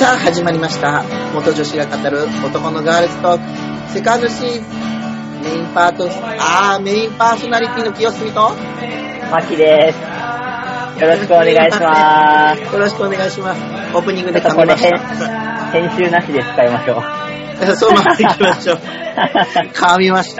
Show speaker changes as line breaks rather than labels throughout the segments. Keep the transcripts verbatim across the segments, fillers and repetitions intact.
さあ始まりました。元女子が語る男のガールズトークセカンドシーズンメインパートあーメインパーソナリティの清澄と
マキです。よろしくお願いします。
よろしくお願いします。オープニングで噛みました。
編集なしで使いましょう。
そうまでいきましょう。噛みました。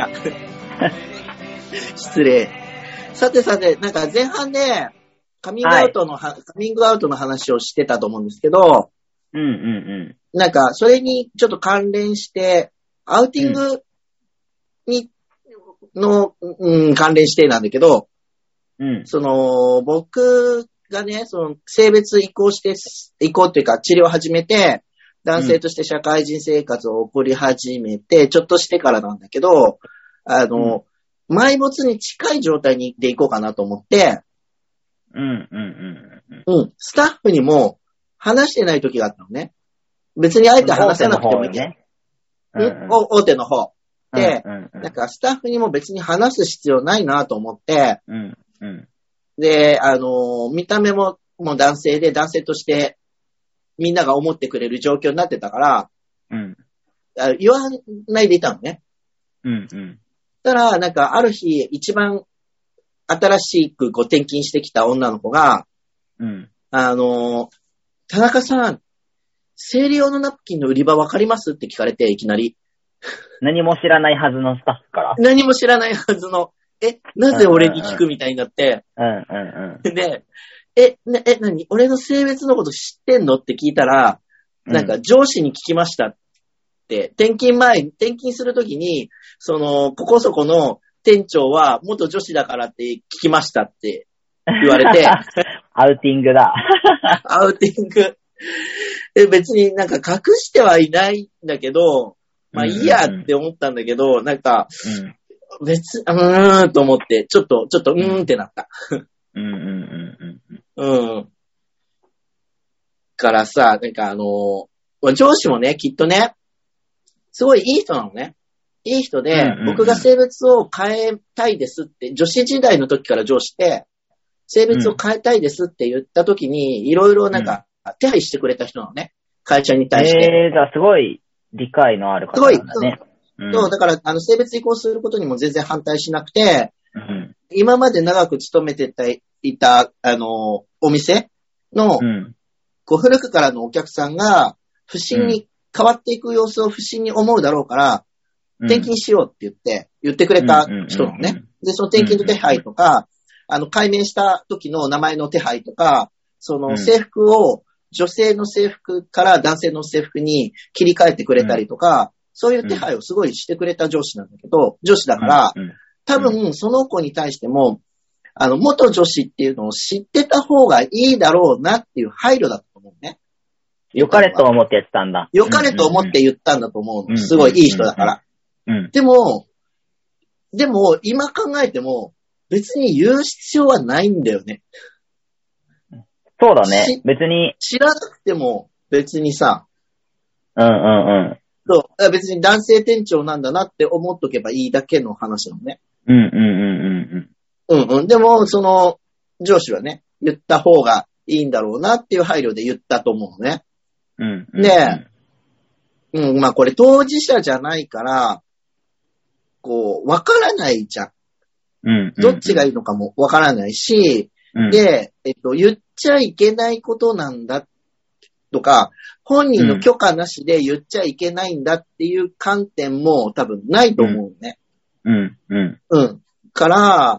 失礼。さてさて、なんか前半でカミングアウトの、はい、カミングアウトの話をしてたと思うんですけど、
うんうんうん。
なんか、それにちょっと関連して、アウティングに、うん、の、うん、関連してなんだけど、
うん、
その、僕がね、その、性別移行して、移行っていうか、治療を始めて、男性として社会人生活を送り始めて、うん、ちょっとしてからなんだけど、あの、うん、埋没に近い状態にでいこうかなと思って、
うん、うん、
うん。うん。スタッフにも、話してない時があったのね。別にあえて話さなくてもいい。ね。うん、大手の方。で、うんうんうん、なんかスタッフにも別に話す必要ないなと思って、
うんうん、
で、あの、見た目ももう男性で男性としてみんなが思ってくれる状況になってたから、
うん、
言わないでいたのね。
うんうん、
たら、なんかある日一番新しくこう転勤してきた女の子が、
うん、
あの、田中さん、生理用のナプキンの売り場わかりますって聞かれて、いきなり。
何も知らないはずのスタッフから。
何も知らないはずの、え、なぜ俺に聞くみたいになって。
うんうんうん。
で、え、ね、え、何俺の性別のこと知ってんのって聞いたら、なんか上司に聞きましたって、転勤前、転勤するときに、その、ここそこの店長は元女子だからって聞きましたって言われて。
アウティングだ。
アウティング。別になんか隠してはいないんだけど、まあいいやって思ったんだけど、うんうん、なんか、うん、別、うーんと思って、ちょっと、ちょっとうーんってなった。
うんうんうんうん。
うん。からさ、なんかあの、上司もね、きっとね、すごいいい人なのね。いい人で、うんうんうん、僕が性別を変えたいですって、女子時代の時から上司って、性別を変えたいですって言った時に、いろいろなんか、手配してくれた人なのね。会社に対して。
えー、じゃあすごい理解のある方なんだね。
すごい。うん、そう、だから、あの、性別移行することにも全然反対しなくて、
うん、
今まで長く勤めてたいた、あの、お店の、うん、こう古くからのお客さんが、不審に変わっていく様子を不審に思うだろうから、うん、転勤しようって言って、言ってくれた人なのね。で、その転勤の手配とか、あの、改名した時の名前の手配とか、その制服を女性の制服から男性の制服に切り替えてくれたりとか、うん、そういう手配をすごいしてくれた上司なんだけど、上司だから、うん、多分その子に対しても、あの、元女子っていうのを知ってた方がいいだろうなっていう配慮だと思うね。
良かれと思ってやってたんだ。
良かれと思って言ったんだと思うの。すごいいい人だから。
うん、
でも、でも今考えても別に言う必要はないんだよね。
そうだね。別に。
知らなくても別にさ。
うんうんうん。
そう。別に男性店長なんだなって思っとけばいいだけの話なのね。
うんうんうんうん
うん。うんうん。でも、その、上司はね、言った方がいいんだろうなっていう配慮で言ったと思うのね。
うんうんうん、
で、うん、まあこれ当事者じゃないから、こう、わからないじゃん。
うんうんうん、
どっちがいいのかもわからないし、うん、で、えっと、言っちゃいけないことなんだとか、本人の許可なしで言っちゃいけないんだっていう観点も多分ないと思うね。
うん、うん。
うん。から、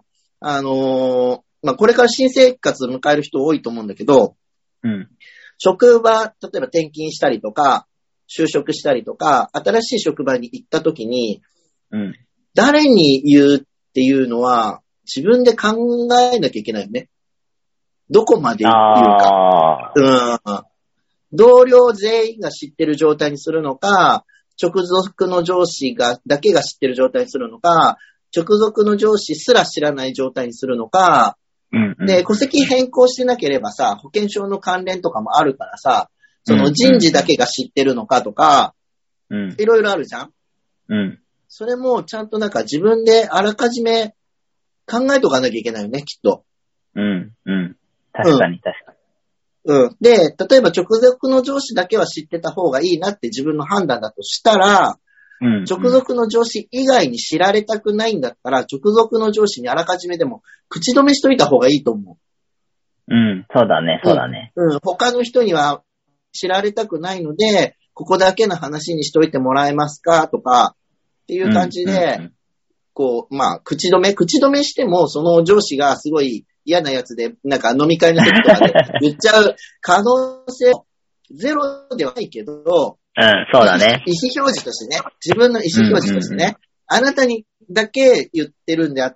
あのー、まあ、これから新生活を迎える人多いと思うんだけど、
うん。
職場、例えば転勤したりとか、就職したりとか、新しい職場に行った時に、
うん。
誰に言うっていうのは自分で考えなきゃいけないよね。どこまで言うか。うん。同僚全員が知ってる状態にするのか、直属の上司が、だけが知ってる状態にするのか、直属の上司すら知らない状態にするのか、
うんうん、
で、戸籍変更してなければさ、保険証の関連とかもあるからさ、その人事だけが知ってるのかとか、
うん、
いろいろあるじゃん。
うん。
それもちゃんとなんか自分であらかじめ考えとかなきゃいけないよね、きっと。
うん、うん。確かに確かに。
うん。で、例えば直属の上司だけは知ってた方がいいなって自分の判断だとしたら、うん、直属の上司以外に知られたくないんだったら、直属の上司にあらかじめでも口止めしといた方がいいと思
う。うん、そうだね、そうだね。
うん、うん、他の人には知られたくないので、ここだけの話にしといてもらえますかとか、っていう感じで、うんうんうん、こう、まあ、口止め、口止めしても、その上司がすごい嫌なやつで、なんか飲み会の時とかで言っちゃう可能性ゼロではないけど、
うん、そうだね。
意思表示としてね、自分の意思表示としてね、うんうんうん、あなたにだけ言ってるんであって、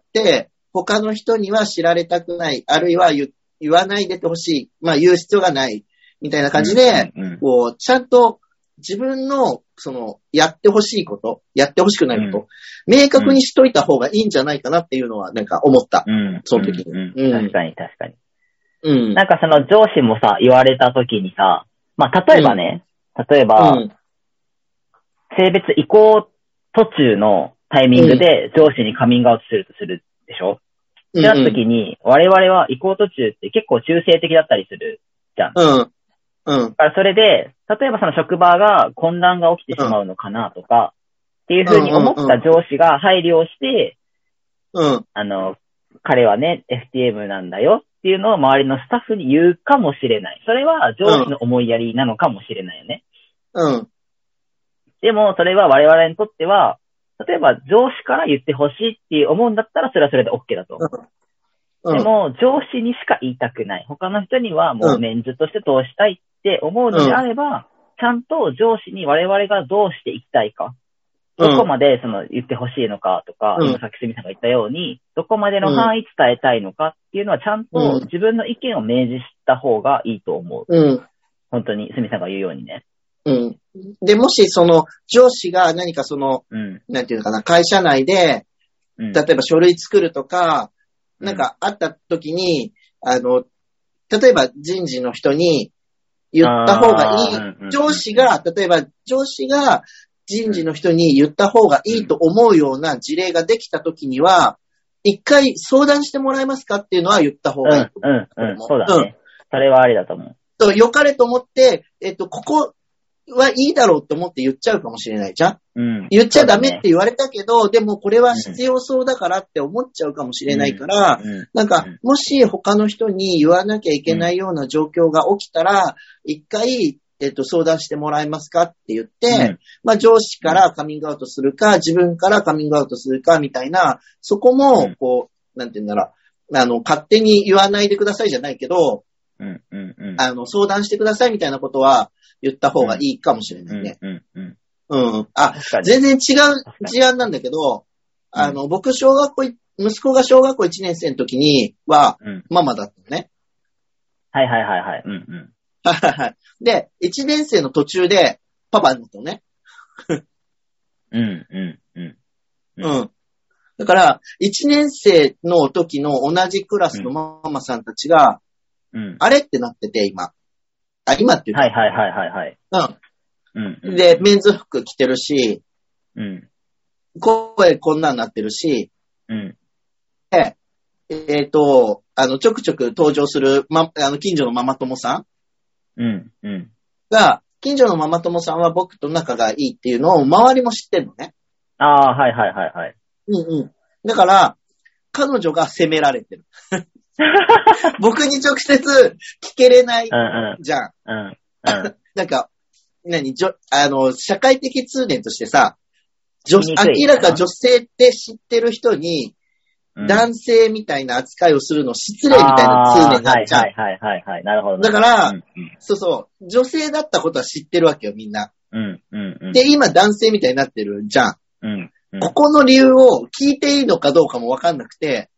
他の人には知られたくない、あるいは 言, 言わないでてほしい、まあ言う必要がない、みたいな感じで、うんうんうん、こう、ちゃんと自分の、その、やってほしいこと、やってほしくないこと、うん、明確にしといた方がいいんじゃないかなっていうのは、なんか思った。うん、その時に、
うんうんうん。確かに確かに。
うん。
なんかその上司もさ、言われた時にさ、まあ例えばね、うん、例えば、うん、性別移行途中のタイミングで上司にカミングアウトするとするでしょ、うん、ってなった時に、我々は移行途中って結構中性的だったりするじゃん。
うん。うん。
だからそれで、例えばその職場が混乱が起きてしまうのかなとか、っていうふうに思った上司が配慮をして、
うん。
あの、彼はね、エフティーエム なんだよっていうのを周りのスタッフに言うかもしれない。それは上司の思いやりなのかもしれないよね。
うん。
でも、それは我々にとっては、例えば上司から言ってほしいって思うんだったら、それはそれで OK だと思う。うん、でも、上司にしか言いたくない。他の人にはもう免除として通したいって思うのであれば、うん、ちゃんと上司に我々がどうしていきたいか、どこまでその言ってほしいのかとか、うん、今さっきすみさんが言ったように、どこまでの範囲伝えたいのかっていうのはちゃんと自分の意見を明示した方がいいと思う。うん、本当にすみさんが言うようにね。
うん。で、もしその上司が何かその、うん、なんていうのかな、会社内で、例えば書類作るとか、うん、なんかあった時に、あの、例えば人事の人に言った方がいい、うんうん、上司が、例えば上司が人事の人に言った方がいいと思うような事例ができた時には、一回相談してもらえますかっていうのは言った方がいいと思う。
うん、うん、うん、そうだね。うん、それはありだと思う。
と、良かれと思って、えっと、ここはいいだろうと思って言っちゃうかもしれないじゃん、うん、言っちゃダメって言われたけど、ね、でもこれは必要そうだからって思っちゃうかもしれないから、うんうん、なんか、もし他の人に言わなきゃいけないような状況が起きたら、一回、えっと、相談してもらえますかって言って、うん、まあ上司からカミングアウトするか、自分からカミングアウトするかみたいな、そこも、こう、なんて言うんだろう、あの、勝手に言わないでくださいじゃないけど、
うんうんうん、
あの、相談してくださいみたいなことは言った方がいいかもしれないね。
うんうんうん
うん。あ、全然違う事案なんだけど、あの、僕、小学校、息子が小学校いちねん生の時には、うん、ママだったのね。
はいはいはいはい。うんうん。
で、いちねん生の途中で、パパになったのね。
うんうんうん。
うん。だから、いちねん生の時の同じクラスのママさんたちが、うん、あれってなってて、今。あ、今って言う
はいはいはいはいはい。
うん。うん。で、メンズ服着てるし、
うん。
声こんなんなってるし、
うん。
で、えっと、あの、ちょくちょく登場する、ま、あの、近所のママ友さ
んうん。うん。
が、近所のママ友さんは僕と仲がいいっていうのを周りも知ってるのね。
ああ、はいはいはいはい。
うんうん。だから、彼女が責められてる。僕に直接聞けれないじゃん。
うんうんうん、
なんか、何じょ、あの、社会的通念としてさ、女明らか女性って知ってる人に、男性みたいな扱いをするの失礼みたいな通念があるじゃん。
はいはいはいはい、なるほど。
だから、うんうん、そうそう、女性だったことは知ってるわけよ、みんな。
うんうんうん、
で、今男性みたいになってるじゃん。
うんうん、
ここの理由を聞いていいのかどうかもわかんなくて、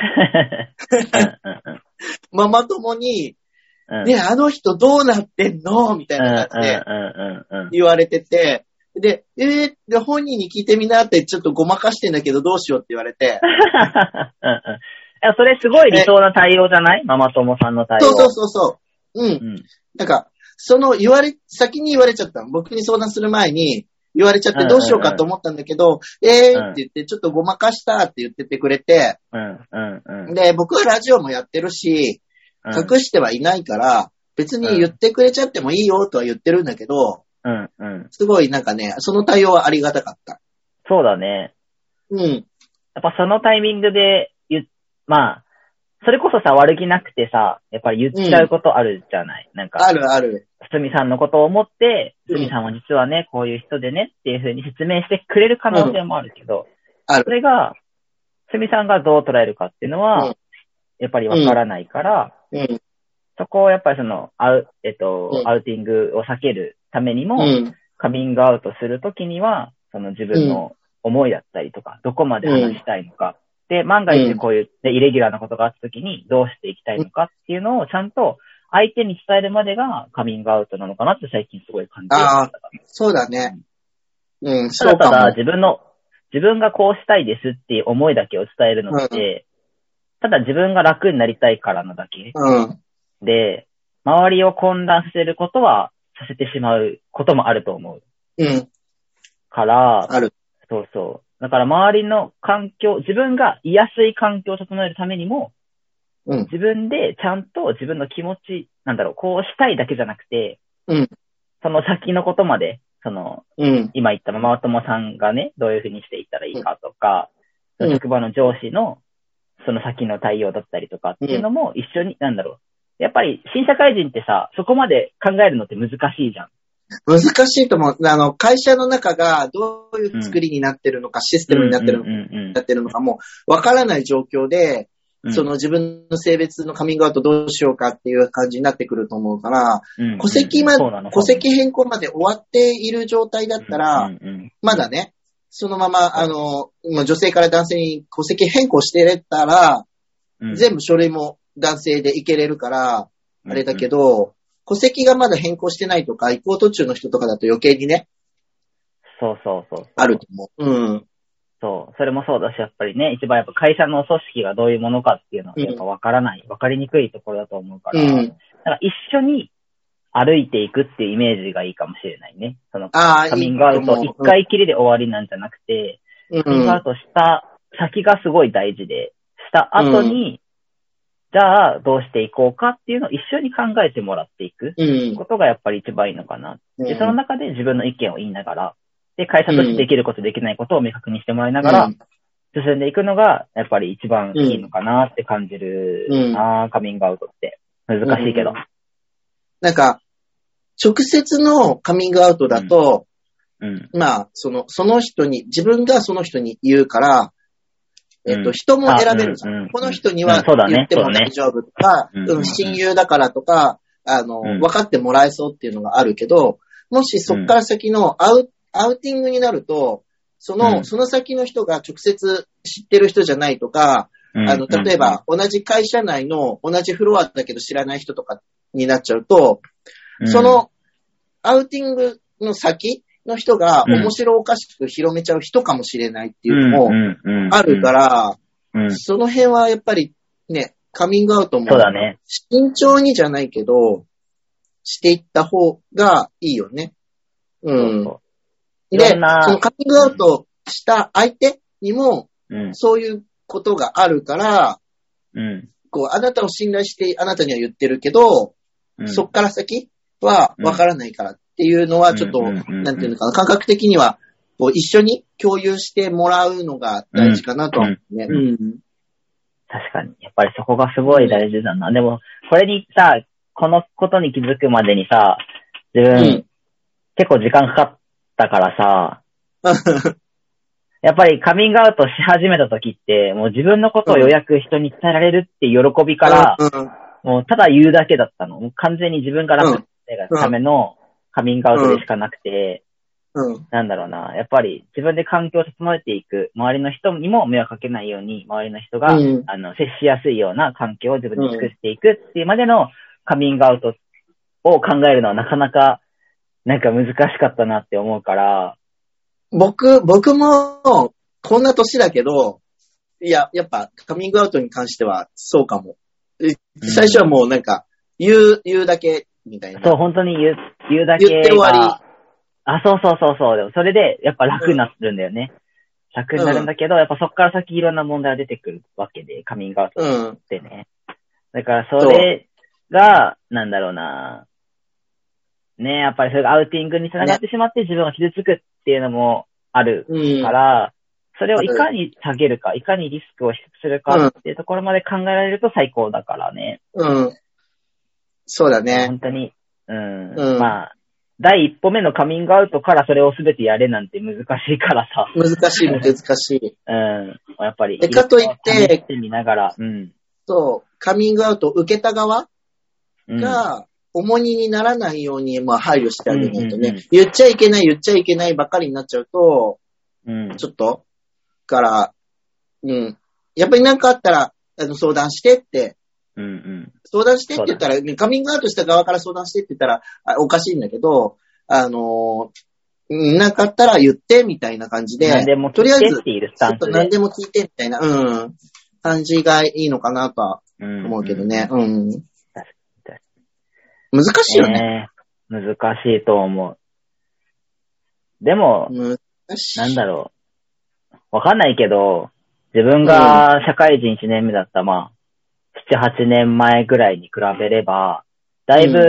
ママ友に、うん、ね、あの人どうなってんのみたいな感じで言われてて、で、えー、で本人に聞いてみなってちょっとごまかしてんだけどどうしようって言われて。
うんうん、それすごい理想な対応じゃない？ママ友さんの対応。
そうそうそうそう。うん。うん、なんか、その言われ、先に言われちゃったの。僕に相談する前に言われちゃってどうしようかと思ったんだけど、うんうんうん、えーって言ってちょっとごまかしたって言っててくれて、
うんうんうん、
で、僕はラジオもやってるし、隠してはいないから、 別に言ってくれちゃってもいいよとは言ってるんだけど、
うんうん。
すごいなんかね、その対応はありがたかった。
そうだね。
うん。
やっぱそのタイミングで言っ、まあ、それこそさ、悪気なくてさ、やっぱり言っちゃうことあるじゃない、うん、なんか。
あるある。
すみさんのことを思って、すみさんは実はね、こういう人でねっていう風に説明してくれる可能性もあるけど、
うん、ある。
それが、すみさんがどう捉えるかっていうのは、うん、やっぱりわからないから、
うん、
そこをやっぱりその、アウ、えっと、うん、アウティングを避けるためにも、うん、カミングアウトするときには、その自分の思いだったりとか、どこまで話したいのか、うん、で、万が一こういう、ね、イレギュラーなことがあったときにどうしていきたいのかっていうのをちゃんと相手に伝えるまでがカミングアウトなのかなって最近すごい感じて
ああ、そうだね。うん、
ただただ自分の、自分がこうしたいですっていう思いだけを伝えるのって、うん、ただ自分が楽になりたいからなだけ。
うん
で、周りを混乱させることはさせてしまうこともあると思う。
うん。
から、
ある。
そうそう。だから周りの環境、自分が居やすい環境を整えるためにも、
うん、
自分でちゃんと自分の気持ち、なんだろう、こうしたいだけじゃなくて、
うん、
その先のことまで、その、
うん、
今言ったママ友さんがね、どういうふうにしていったらいいかとか、うん、職場の上司のその先の対応だったりとかっていうのも一緒に、うん、なんだろう。やっぱり新社会人ってさ、そこまで考えるのって難しいじゃん。
難しいと思う。あの、会社の中がどういう作りになってるのか、うん、システムになってるのか、うんうんうんうん、なってるのかもわからない状況で、うん、その自分の性別のカミングアウトどうしようかっていう感じになってくると思うから、うんうん、戸籍ま、戸籍変更まで終わっている状態だったら、うんうんうん、まだね、そのまま、あの、女性から男性に戸籍変更してれたら、うん、全部書類も男性でいけれるから、あれだけど、うんうん、戸籍がまだ変更してないとか、移行途中の人とかだと余計にね。
そうそうそうそう。
あると思う。うん。
そう。それもそうだし、やっぱりね、一番やっぱ会社の組織がどういうものかっていうのはやっぱわからない、わ、うん、かりにくいところだと思うから、うん、だから一緒に歩いていくっていうイメージがいいかもしれないね。そのカミングアウト一回きりで終わりなんじゃなくて、うん、カミングアウトした先がすごい大事で、した後に、うん、じゃあどうしていこうかっていうのを一緒に考えてもらっていくことがやっぱり一番いいのかな。うん、で、その中で自分の意見を言いながら、で、会社としてできることできないことを明確にしてもらいながら、進んでいくのがやっぱり一番いいのかなって感じるな、うん、カミングアウトって。難しいけど。うん、
なんか、直接のカミングアウトだと、うんうん、まあ、その、その人に、自分がその人に言うから、えっと、人も選べるじゃん。うん、この人には言っても大丈夫とか、うん、親友だからとか、あの、うん、分かってもらえそうっていうのがあるけど、もしそっから先のアウ、アウティングになると、その、うん、その先の人が直接知ってる人じゃないとか、うん、あの、例えば、同じ会社内の同じフロアだけど知らない人とかになっちゃうと、うん、その、アウティングの先の人が面白おかしく広めちゃう人かもしれないっていうのもあるから、その辺はやっぱりね、カミングアウトも、
そうだね。
慎重にじゃないけど、していった方がいいよね。うん。そうそうで、そのカミングアウトした相手にも、そういうことがあるから、うん、こう、あなたを信頼してあなたには言ってるけど、うん、そっから先はわからないからっていうのはちょっと、なんていうのかな、感覚的には、こう一緒に共有してもらうのが大事かなと思うね。うんうん、
確かに。やっぱりそこがすごい大事だな。うん、でも、これにさ、このことに気づくまでにさ、自分、うん、結構時間かかったからさ、やっぱりカミングアウトし始めた時って、もう自分のことをようやく人に伝えられるっていう喜びから、うん、もうただ言うだけだったの。もう完全に自分が楽になるためのカミングアウトでしかなくて、うん、なんだろうな。やっぱり自分で環境を整えていく。周りの人にも迷惑かけないように、周りの人が、うん、あの、接しやすいような環境を自分で作っていくっていうまでのカミングアウトを考えるのはなかなか、なんか難しかったなって思うから。
僕、僕も、こんな年だけど、いや、やっぱカミングアウトに関してはそうかも。最初はもうなんか、言う、言うだけみたいな。
そう、本当に言う、言うだけが。
言って終わり。
あ、そうそうそうそう。でもそれで、やっぱ楽になるんだよね。うん、楽になるんだけど、やっぱそっから先いろんな問題が出てくるわけで、カミングアウトってね。うん、だからそれが、なんだろうな。ね、やっぱりそれがアウティングにつながってしまって自分が傷つくっていうのもあるから、うん、それをいかに下げるか、いかにリスクを低くするかっていうところまで考えられると最高だからね。
うん。そうだね。
本当に。うん。うん、まあ、第一歩目のカミングアウトからそれをすべてやれなんて難しいからさ。
難しい、難しい。
うん。やっぱり。
で、かといって、
試してみながら、うん。
そう、カミングアウトを受けた側が重荷にならないように、まあ、配慮してあげないとね、うんうんうん。言っちゃいけない、言っちゃいけないばっかりになっちゃうと、うん、ちょっと、から、うん。やっぱりなんかあったら、あの、相談してって、うんうん、相談してって言ったら、ね、カミングアウトした側から相談してって言ったらおかしいんだけど、あのー、なんかあったら言ってみたいな感じで、
何でも聞いてっていうスタンスで、
何でも聞いてみたいな、うん、感じがいいのかなとは思うけどね。うん、うん。難しいよね、
えー。難しいと思う。でも、難しい。なんだろう。わかんないけど、自分が社会人いちねんめだった、まあ、なな、はちねんまえぐらいに比べれば、だいぶ、うん、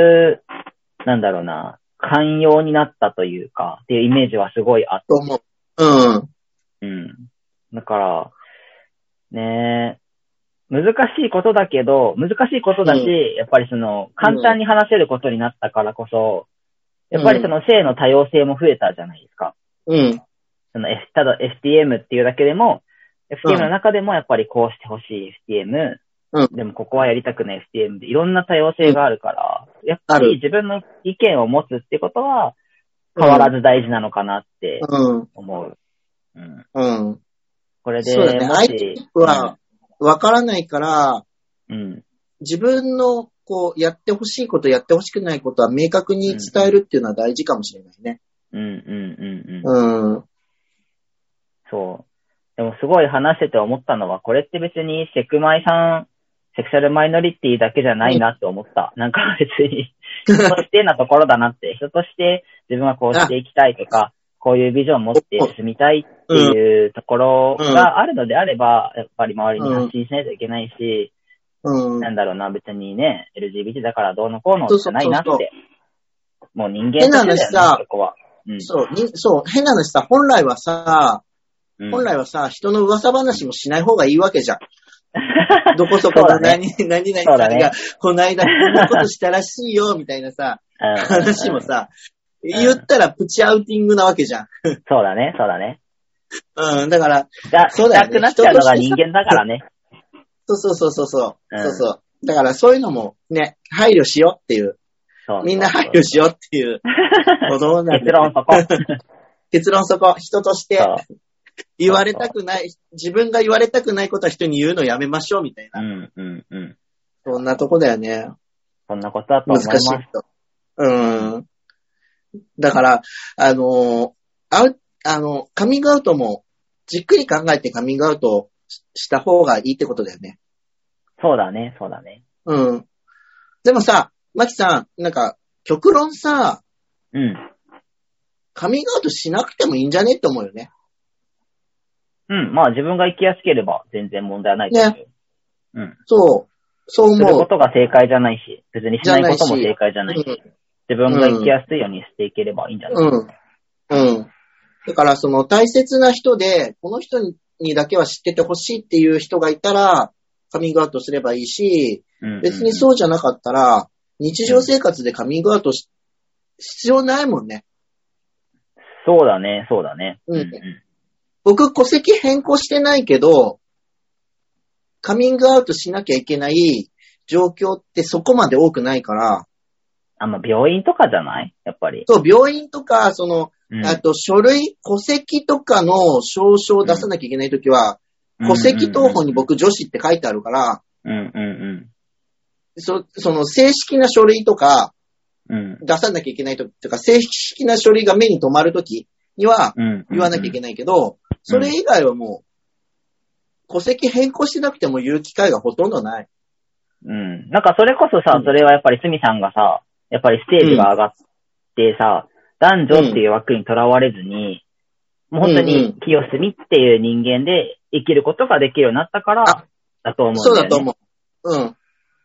なんだろうな、寛容になったというか、っていうイメージはすごいあった。
と思う。うん。
うん。だから、ねえ、難しいことだけど、難しいことだし、うん、やっぱりその、簡単に話せることになったからこそ、うん、やっぱりその性の多様性も増えたじゃないですか。
うん。
その F、ただ エフティーエム っていうだけでも、エフティーエム の中でもやっぱりこうしてほしい エフティーエム、うん、でもここはやりたくない エフティーエム でいろんな多様性があるから、うん、やっぱり自分の意見を持つってことは変わらず大事なのかなって思う。うん。
うん。
これで、
そうだね、相手は分からないから、うん、自分のこうやってほしいこと、やってほしくないことは明確に伝えるっていうのは大事かもしれないね。
うんうんうんうん。うん。そう。でもすごい話してて思ったのは、これって別にセクマイさん、セクシャルマイノリティだけじゃないなって思った。うん、なんか別に、人としてなところだなって、人として自分はこうしていきたいとか、こういうビジョンを持って進みたいっていうところがあるのであれば、やっぱり周りに発信しないといけないし、うん、なんだろうな、別にね、エルジービーティー だからどうのこうのじゃないなって。そうそうそう、もう人間としてだよね、そこは。
うん、そう、そう、変な話さ、本来はさ、うん、本来はさ、人の噂話もしない方がいいわけじゃん。どこそこの何、ね、何々さんが、ね、この間こんなことしたらしいよ、みたいなさ、話もさ、言ったらプチアウティングなわけじゃん。
そうだね、そうだね。
うん、だから、
そうだよね。したくなっちゃうのが人間だからね。
そうそうそうそうそう、うん。そうそう。だからそういうのもね、配慮しようっていう。そうそうそう、みんな配慮しようっていう。
結論そこ。
結論そこ。人として。言われたくない、自分が言われたくないことは人に言うのやめましょうみたいな。
うんうんうん。
そんなとこだよね。
そんなことだと思います。難しいと。
うん。だから、あの、ああの、カミングアウトもじっくり考えてカミングアウトした方がいいってことだよね。
そうだね、そうだね。
うん。でもさ、マキさん、なんか、極論さ、
うん。
カミングアウトしなくてもいいんじゃねって思うよね。
うん、まあ自分が生きやすければ全然問題はないですよ。ね。うん。
そう。そう思う。
することが正解じゃないし、別にしないことも正解じゃないし、うん、自分が生きやすいようにしていければいいんじゃないですか。
うん。うん。だからその大切な人で、この人にだけは知っててほしいっていう人がいたら、カミングアウトすればいいし、うんうんうん、別にそうじゃなかったら、日常生活でカミングアウトし、必要ないもんね。
そうだね、そうだね。
うん。うん、僕、戸籍変更してないけど、カミングアウトしなきゃいけない状況ってそこまで多くないから。
あ、まあ、病院とかじゃないやっぱり。
そう、病院とか、その、うん、あと書類、戸籍とかの証書を出さなきゃいけないときは、うん、戸籍謄本に僕女子って書いてあるから、
うんうんうん、
そ, その正式な書類とか、出さなきゃいけないとき、とか、正式な書類が目に留まるときには言わなきゃいけないけど、うんうんうん、それ以外はもう、戸籍変更してなくても言う機会がほとんどない。
うん。なんかそれこそさ、うん、それはやっぱりスミさんがさ、やっぱりステージが上がってさ、うん、男女っていう枠にとらわれずに、うん、もう本当に清澄っていう人間で生きることができるようになったから、だと思うんだよね。
そうだと思う。うん。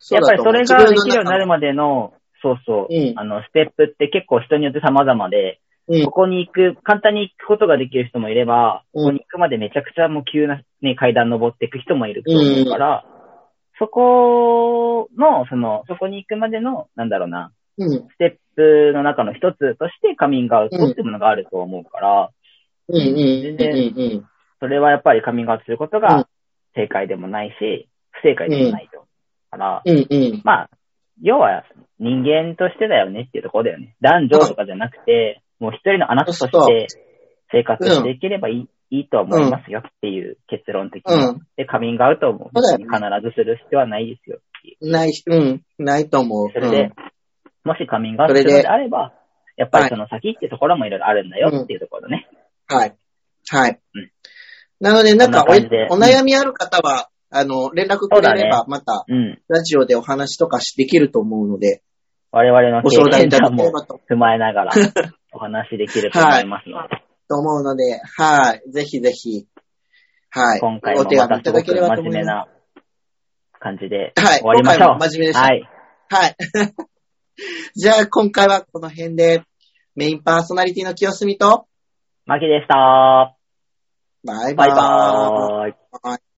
やっぱりそれができるようになるまでの、そうそう、うん、あの、ステップって結構人によって様々で、うん、ここに行く、簡単に行くことができる人もいれば、うん、ここに行くまでめちゃくちゃもう急な、ね、階段登っていく人もいると思うから、うん、そこの、その、そこに行くまでの、なんだろうな、うん、ステップの中の一つとしてカミングアウトっていうものがあると思うから、うん、全然、それはやっぱりカミングアウトすることが正解でもないし、不正解でもないと。から、うんうん、まあ、要は人間としてだよねっていうところだよね。男女とかじゃなくて、もう一人のあなたとして生活していければいい、うん、いいと思いますよっていう結論的に。うん、で、カミングアウトも必ずする必要はないですよっていう。
ない、うん、ないと思う。
それで、うん、もしカミングアウトするのであれば、やっぱりその先っていうところもいろいろあるんだよっていうところだね。
うん、はい。はい。うん、なので、なんかお、お悩みある方は、あの、連絡くれれば、また、ラジオでお話とかできると思うので、
我々の経験談も踏まえながら、お話できると思いますので。はい、
と思うので、はい。ぜひぜひ、はい。
今回もまたすごく真面目な感じで終わりましょう。
はい。今回も真面目でした。はい。はい。じゃあ、今回はこの辺で、メインパーソナリティの清澄と、
マキでした。
バイバーイ。
バイバーイ。